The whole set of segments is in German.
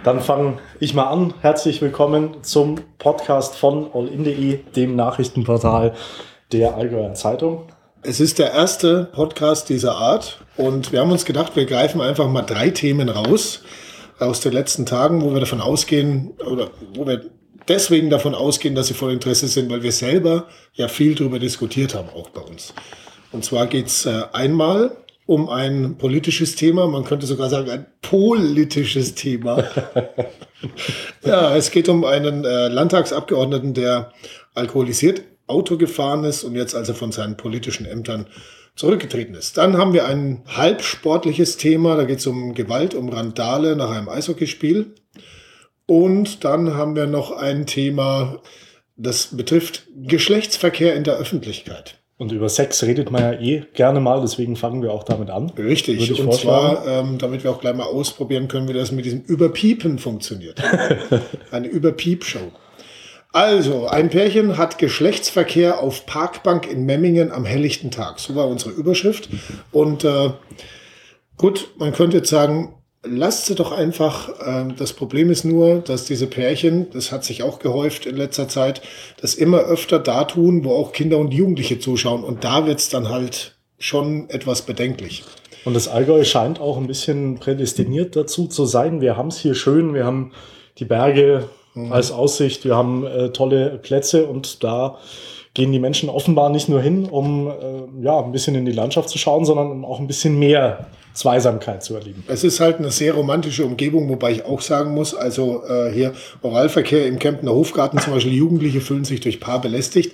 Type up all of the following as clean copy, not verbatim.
Dann fange ich mal an. Herzlich willkommen zum Podcast von allin.de, dem Nachrichtenportal der Allgäuer Zeitung. Es ist der erste Podcast dieser Art und wir haben uns gedacht, wir greifen einfach mal 3 Themen raus aus den letzten Tagen, wo wir davon ausgehen oder wo wir deswegen davon ausgehen, dass sie von Interesse sind, weil wir selber ja viel darüber diskutiert haben, auch bei uns. Und zwar geht es einmal um ein politisches Thema, man könnte sogar sagen ein politisches Thema. Ja, es geht um einen Landtagsabgeordneten, der alkoholisiert Auto gefahren ist und jetzt also von seinen politischen Ämtern zurückgetreten ist. Dann haben wir ein halbsportliches Thema, da geht es um Gewalt, um Randale nach einem Eishockeyspiel. Und dann haben wir noch ein Thema, das betrifft Geschlechtsverkehr in der Öffentlichkeit. Und über Sex redet man ja gerne mal, deswegen fangen wir auch damit an. Richtig, und zwar, damit wir auch gleich mal ausprobieren können, wie das mit diesem Überpiepen funktioniert. Eine Überpiep-Show. Also, ein Pärchen hat Geschlechtsverkehr auf Parkbank in Memmingen am helllichten Tag. So war unsere Überschrift. Und gut, man könnte jetzt sagen, lasst sie doch einfach. Das Problem ist nur, dass diese Pärchen, das hat sich auch gehäuft in letzter Zeit, das immer öfter da tun, wo auch Kinder und Jugendliche zuschauen. Und da wird's dann halt schon etwas bedenklich. Und das Allgäu scheint auch ein bisschen prädestiniert dazu zu sein. Wir haben es hier schön, wir haben die Berge als Aussicht, wir haben tolle Plätze und da gehen die Menschen offenbar nicht nur hin, um ein bisschen in die Landschaft zu schauen, sondern um auch ein bisschen mehr Zweisamkeit zu erleben. Es ist halt eine sehr romantische Umgebung, wobei ich auch sagen muss, also hier Oralverkehr im Kemptner Hofgarten, zum Beispiel Jugendliche fühlen sich durch Paar belästigt.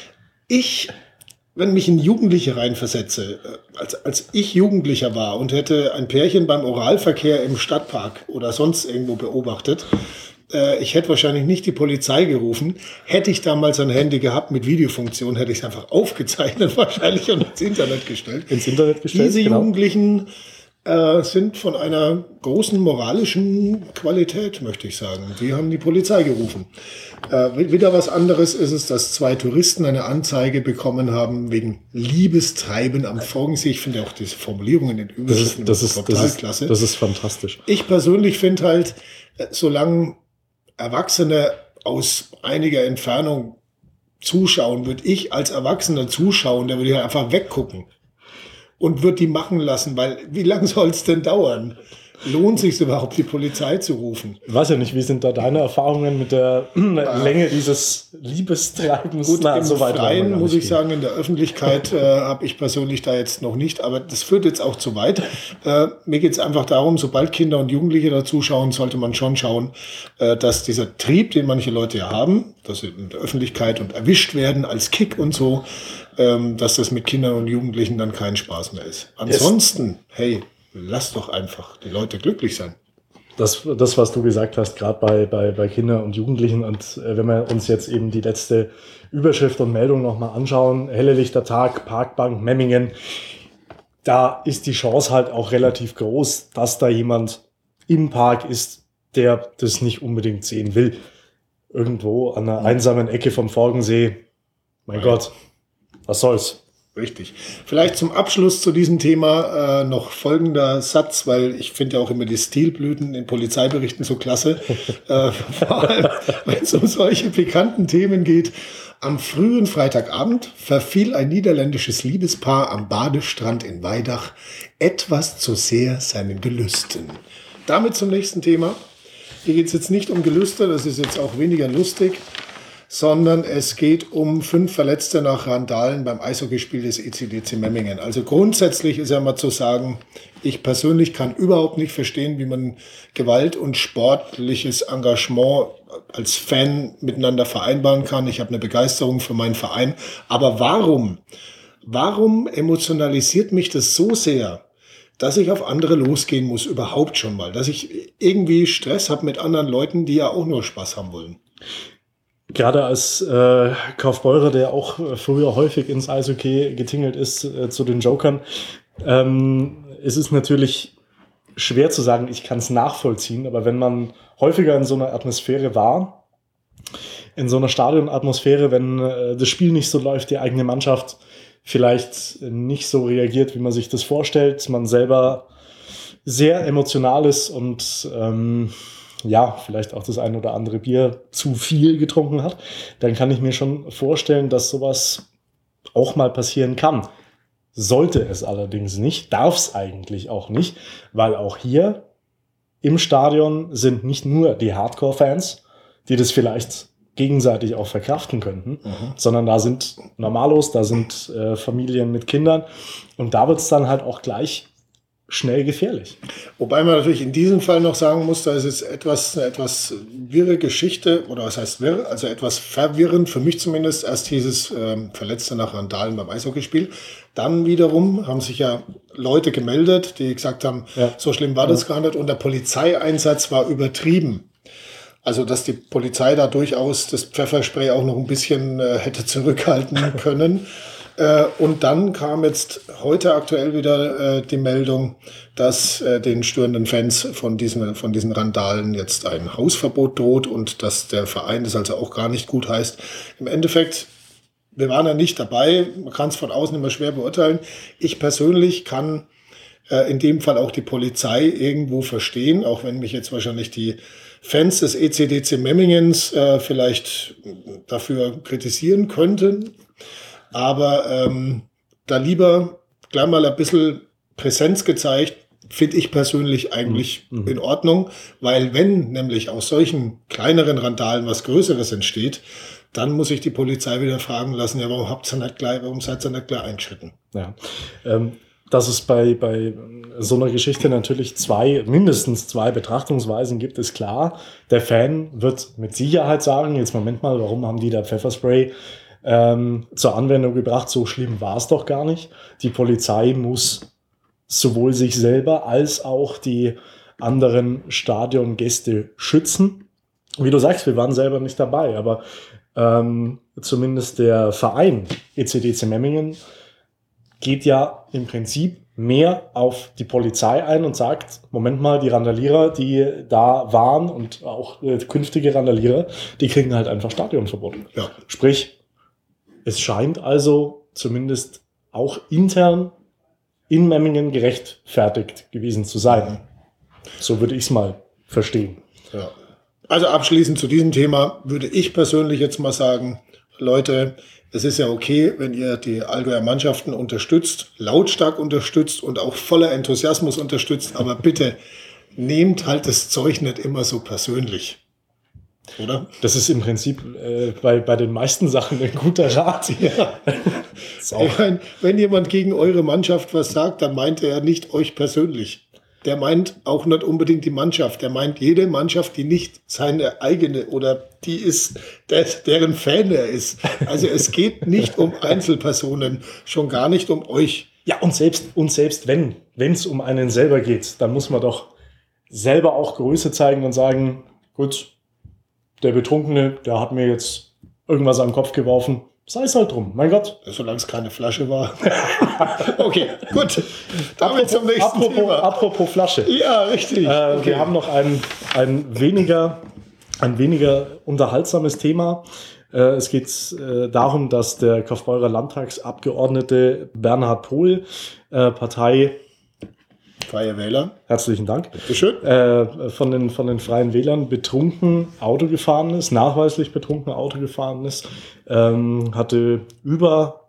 Wenn mich ein Jugendlicher reinversetze, als ich Jugendlicher war und hätte ein Pärchen beim Oralverkehr im Stadtpark oder sonst irgendwo beobachtet, ich hätte wahrscheinlich nicht die Polizei gerufen. Hätte ich damals ein Handy gehabt mit Videofunktion, hätte ich es einfach aufgezeichnet wahrscheinlich und ins Internet gestellt. Diese genau. Jugendlichen sind von einer großen moralischen Qualität, möchte ich sagen. Die haben die Polizei gerufen. Wieder was anderes ist es, dass 2 Touristen eine Anzeige bekommen haben wegen Liebestreiben am Forgensee. Ich finde auch diese Formulierungen in den Überschriften total klasse. Das ist fantastisch. Ich persönlich finde halt, solange Erwachsene aus einiger Entfernung zuschauen, würde ich als Erwachsener zuschauen, der würde ja einfach weggucken und würde die machen lassen, weil wie lange soll es denn dauern? Lohnt sich überhaupt, die Polizei zu rufen? Ich weiß ja nicht, wie sind da deine Erfahrungen mit der Länge dieses Liebestreibens? Gut, im Freien muss ich sagen, in der Öffentlichkeit habe ich persönlich da jetzt noch nicht, aber das führt jetzt auch zu weit. Mir geht es einfach darum, sobald Kinder und Jugendliche da zuschauen, sollte man schon schauen, dass dieser Trieb, den manche Leute ja haben, dass sie in der Öffentlichkeit und erwischt werden als Kick und so, dass das mit Kindern und Jugendlichen dann kein Spaß mehr ist. Ansonsten, hey, lass doch einfach die Leute glücklich sein. Das, was du gesagt hast, gerade bei Kindern und Jugendlichen, und wenn wir uns jetzt eben die letzte Überschrift und Meldung nochmal anschauen, helllichter Tag, Parkbank, Memmingen, da ist die Chance halt auch relativ groß, dass da jemand im Park ist, der das nicht unbedingt sehen will. Irgendwo an einer einsamen Ecke vom Forgensee. Mein Gott, was soll's? Richtig. Vielleicht zum Abschluss zu diesem Thema noch folgender Satz, weil ich finde ja auch immer die Stilblüten in Polizeiberichten so klasse. Vor allem, wenn es um solche pikanten Themen geht. Am frühen Freitagabend verfiel ein niederländisches Liebespaar am Badestrand in Weidach etwas zu sehr seinen Gelüsten. Damit zum nächsten Thema. Hier geht es jetzt nicht um Gelüste, das ist jetzt auch weniger lustig, sondern es geht um 5 Verletzte nach Randalen beim Eishockeyspiel des ECDC Memmingen. Also grundsätzlich ist ja mal zu sagen, ich persönlich kann überhaupt nicht verstehen, wie man Gewalt und sportliches Engagement als Fan miteinander vereinbaren kann. Ich habe eine Begeisterung für meinen Verein. Aber warum emotionalisiert mich das so sehr, dass ich auf andere losgehen muss, überhaupt schon mal? Dass ich irgendwie Stress habe mit anderen Leuten, die ja auch nur Spaß haben wollen. Gerade als Kaufbeurer, der auch früher häufig ins Eishockey getingelt ist, zu den Jokern, ist es natürlich schwer zu sagen, ich kann es nachvollziehen, aber wenn man häufiger in so einer Atmosphäre war, in so einer Stadionatmosphäre, wenn das Spiel nicht so läuft, die eigene Mannschaft vielleicht nicht so reagiert, wie man sich das vorstellt, man selber sehr emotional ist und ja, vielleicht auch das ein oder andere Bier zu viel getrunken hat, dann kann ich mir schon vorstellen, dass sowas auch mal passieren kann. Sollte es allerdings nicht, darf es eigentlich auch nicht, weil auch hier im Stadion sind nicht nur die Hardcore-Fans, die das vielleicht gegenseitig auch verkraften könnten, sondern da sind Normalos, da sind Familien mit Kindern und da wird es dann halt auch gleich schnell gefährlich. Wobei man natürlich in diesem Fall noch sagen muss, da ist es eine etwas wirre Geschichte, oder was heißt wirr, also etwas verwirrend, für mich zumindest. Erst hieß es Verletzte nach Randalen beim Eishockeyspiel. Dann wiederum haben sich ja Leute gemeldet, die gesagt haben, so schlimm war das gar nicht und der Polizeieinsatz war übertrieben. Also, dass die Polizei da durchaus das Pfefferspray auch noch ein bisschen hätte zurückhalten können. Und dann kam jetzt heute aktuell wieder die Meldung, dass den störenden Fans von diesen Randalen jetzt ein Hausverbot droht und dass der Verein das also auch gar nicht gut heißt. Im Endeffekt, wir waren ja nicht dabei, man kann es von außen immer schwer beurteilen. Ich persönlich kann in dem Fall auch die Polizei irgendwo verstehen, auch wenn mich jetzt wahrscheinlich die Fans des ECDC Memmingens vielleicht dafür kritisieren könnten. Aber da lieber gleich mal ein bisschen Präsenz gezeigt, finde ich persönlich eigentlich in Ordnung. Weil wenn nämlich aus solchen kleineren Randalen was Größeres entsteht, dann muss ich die Polizei wieder fragen lassen, ja, warum seid ihr nicht gleich eingeschritten? Ja, dass es bei so einer Geschichte natürlich mindestens zwei Betrachtungsweisen gibt, ist klar. Der Fan wird mit Sicherheit sagen, jetzt Moment mal, warum haben die da Pfefferspray zur Anwendung gebracht? So schlimm war es doch gar nicht. Die Polizei muss sowohl sich selber als auch die anderen Stadiongäste schützen. Wie du sagst, wir waren selber nicht dabei, aber zumindest der Verein ECDC Memmingen geht ja im Prinzip mehr auf die Polizei ein und sagt, Moment mal, die Randalierer, die da waren und auch künftige Randalierer, die kriegen halt einfach Stadionverbot. Ja. Sprich, es scheint also zumindest auch intern in Memmingen gerechtfertigt gewesen zu sein. So würde ich es mal verstehen. Ja. Also abschließend zu diesem Thema würde ich persönlich jetzt mal sagen, Leute, es ist ja okay, wenn ihr die Allgäuer Mannschaften unterstützt, lautstark unterstützt und auch voller Enthusiasmus unterstützt, aber bitte nehmt halt das Zeug nicht immer so persönlich. Oder? Das ist im Prinzip bei den meisten Sachen ein guter Rat. Ja. Ich meine, wenn jemand gegen eure Mannschaft was sagt, dann meint er ja nicht euch persönlich. Der meint auch nicht unbedingt die Mannschaft. Der meint jede Mannschaft, die nicht seine eigene oder die ist, deren Fan er ist. Also es geht nicht um Einzelpersonen, schon gar nicht um euch. Ja, und selbst wenn es um einen selber geht, dann muss man doch selber auch Größe zeigen und sagen, gut, der Betrunkene, der hat mir jetzt irgendwas am Kopf geworfen. Sei es halt drum, mein Gott. Solange es keine Flasche war. Okay, gut. Damit zum nächsten Thema. Apropos Flasche. Ja, richtig. Okay. Wir haben noch ein weniger unterhaltsames Thema. Es geht darum, dass der Kaufbeurer Landtagsabgeordnete Bernhard Pohl, Partei Freie Wähler. Herzlichen Dank. Bitteschön. Von den Freien Wählern betrunken Auto gefahren ist, nachweislich betrunken Auto gefahren ist, hatte über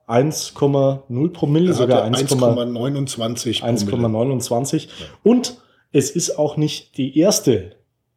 1,0 Promille, sogar 1,29 1,29. Und es ist auch nicht die erste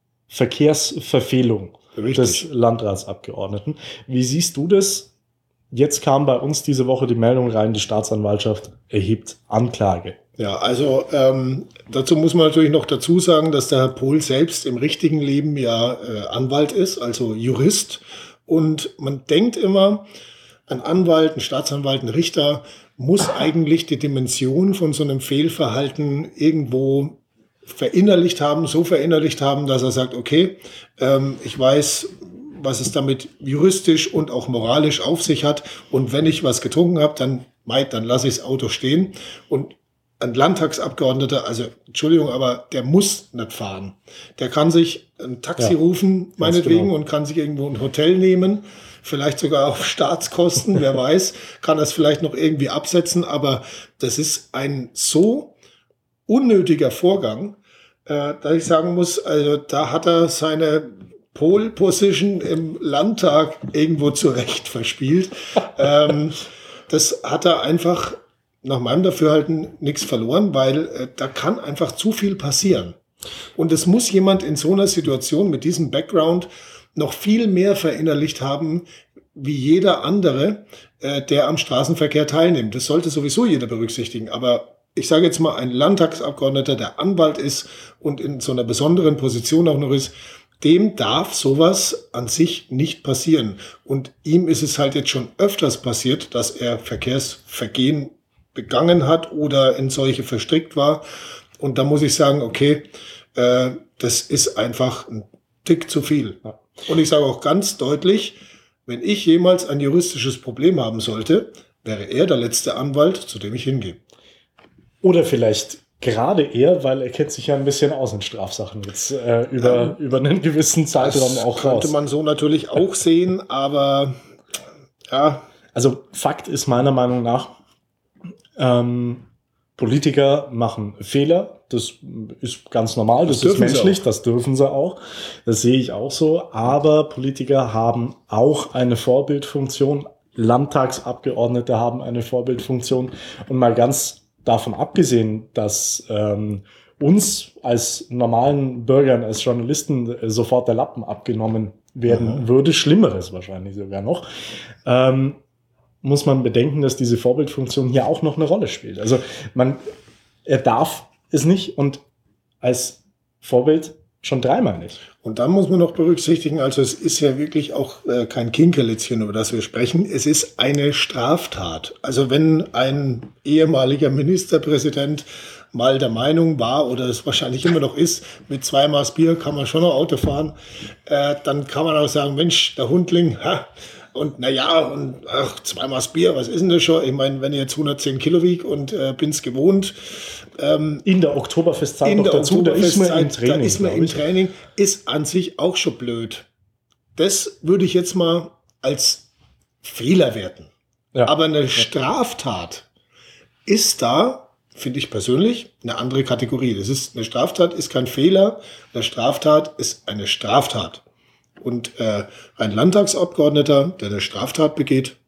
Verkehrsverfehlung des Landratsabgeordneten. Wie siehst du das? Jetzt kam bei uns diese Woche die Meldung rein, die Staatsanwaltschaft erhebt Anklage. Ja, also dazu muss man natürlich noch dazu sagen, dass der Herr Pohl selbst im richtigen Leben ja Anwalt ist, also Jurist. Und man denkt immer, ein Anwalt, ein Staatsanwalt, ein Richter muss eigentlich die Dimension von so einem Fehlverhalten irgendwo verinnerlicht haben, dass er sagt, okay, ich weiß, was es damit juristisch und auch moralisch auf sich hat. Und wenn ich was getrunken habe, dann lasse ich das Auto stehen. Und ein Landtagsabgeordneter, also Entschuldigung, aber der muss nicht fahren. Der kann sich ein Taxi rufen, meinetwegen, genau, und kann sich irgendwo ein Hotel nehmen, vielleicht sogar auf Staatskosten, wer weiß, kann das vielleicht noch irgendwie absetzen, aber das ist ein so unnötiger Vorgang, da ich sagen muss, also da hat er seine Pole Position im Landtag irgendwo zurecht verspielt. Das hat er einfach nach meinem Dafürhalten nichts verloren, weil da kann einfach zu viel passieren. Und es muss jemand in so einer Situation mit diesem Background noch viel mehr verinnerlicht haben, wie jeder andere, der am Straßenverkehr teilnimmt. Das sollte sowieso jeder berücksichtigen. Aber ich sage jetzt mal, ein Landtagsabgeordneter, der Anwalt ist und in so einer besonderen Position auch noch ist, dem darf sowas an sich nicht passieren. Und ihm ist es halt jetzt schon öfters passiert, dass er Verkehrsvergehen begangen hat oder in solche verstrickt war. Und da muss ich sagen, okay, das ist einfach ein Tick zu viel. Und ich sage auch ganz deutlich, wenn ich jemals ein juristisches Problem haben sollte, wäre er der letzte Anwalt, zu dem ich hingehe. Oder vielleicht gerade er, weil er kennt sich ja ein bisschen aus in Strafsachen jetzt über einen gewissen Zeitraum auch raus. Könnte man so natürlich auch sehen, aber ja. Also Fakt ist meiner Meinung nach, Politiker machen Fehler. Das ist ganz normal, das ist menschlich, das dürfen sie auch. Das sehe ich auch so. Aber Politiker haben auch eine Vorbildfunktion. Landtagsabgeordnete haben eine Vorbildfunktion. Und mal ganz davon abgesehen, dass uns als normalen Bürgern, als Journalisten sofort der Lappen abgenommen werden würde, Schlimmeres wahrscheinlich sogar noch, muss man bedenken, dass diese Vorbildfunktion hier auch noch eine Rolle spielt. Also er darf es nicht und als Vorbild schon dreimal nicht. Und dann muss man noch berücksichtigen, also es ist ja wirklich auch kein Kinkerlitzchen, über das wir sprechen. Es ist eine Straftat. Also wenn ein ehemaliger Ministerpräsident mal der Meinung war oder es wahrscheinlich immer noch ist, mit 2 Maß Bier kann man schon noch Auto fahren, dann kann man auch sagen, Mensch, der Hundling, und naja, und ach, 2 Maß Bier, was ist denn das schon? Ich meine, wenn ich jetzt 110 Kilo wiege und bin's gewohnt. In der Oktoberfestzeit noch dazu, da ist man im Training. Da ist man im Training, ist an sich auch schon blöd. Das würde ich jetzt mal als Fehler werten. Ja. Aber eine Straftat ist da, finde ich persönlich, eine andere Kategorie. Das ist eine Straftat, ist kein Fehler. Eine Straftat ist eine Straftat. Und ein Landtagsabgeordneter, der eine Straftat begeht,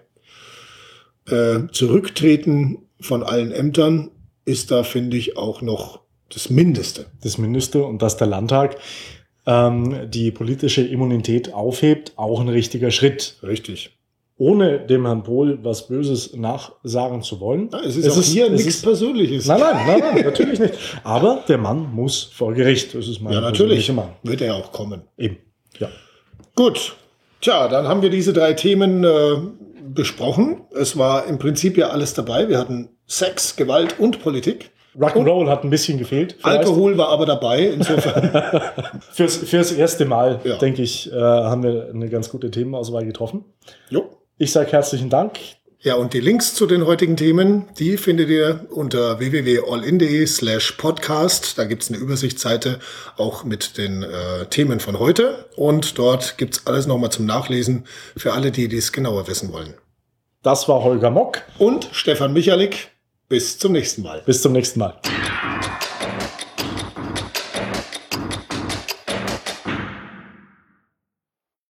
zurücktreten von allen Ämtern, ist da, finde ich, auch noch das Mindeste. Das Mindeste und dass der Landtag die politische Immunität aufhebt, auch ein richtiger Schritt. Richtig. Ohne dem Herrn Pohl was Böses nachsagen zu wollen. Ja, es ist hier nichts Persönliches. Nein, natürlich nicht. Aber der Mann muss vor Gericht. Das ist mein natürlich. Wird er auch kommen. Eben. Ja. Gut. Tja, dann haben wir diese 3 Themen besprochen. Es war im Prinzip ja alles dabei. Wir hatten Sex, Gewalt und Politik. Rock'n'Roll hat ein bisschen gefehlt. Vielleicht. Alkohol war aber dabei, insofern. Fürs erste Mal, denke ich, haben wir eine ganz gute Themenauswahl getroffen. Jo. Ich sage herzlichen Dank. Ja, und die Links zu den heutigen Themen, die findet ihr unter www.allin.de/podcast. Da gibt's eine Übersichtsseite auch mit den Themen von heute. Und dort gibt's alles nochmal zum Nachlesen für alle, die dies genauer wissen wollen. Das war Holger Mock und Stefan Michalik. Bis zum nächsten Mal. Bis zum nächsten Mal.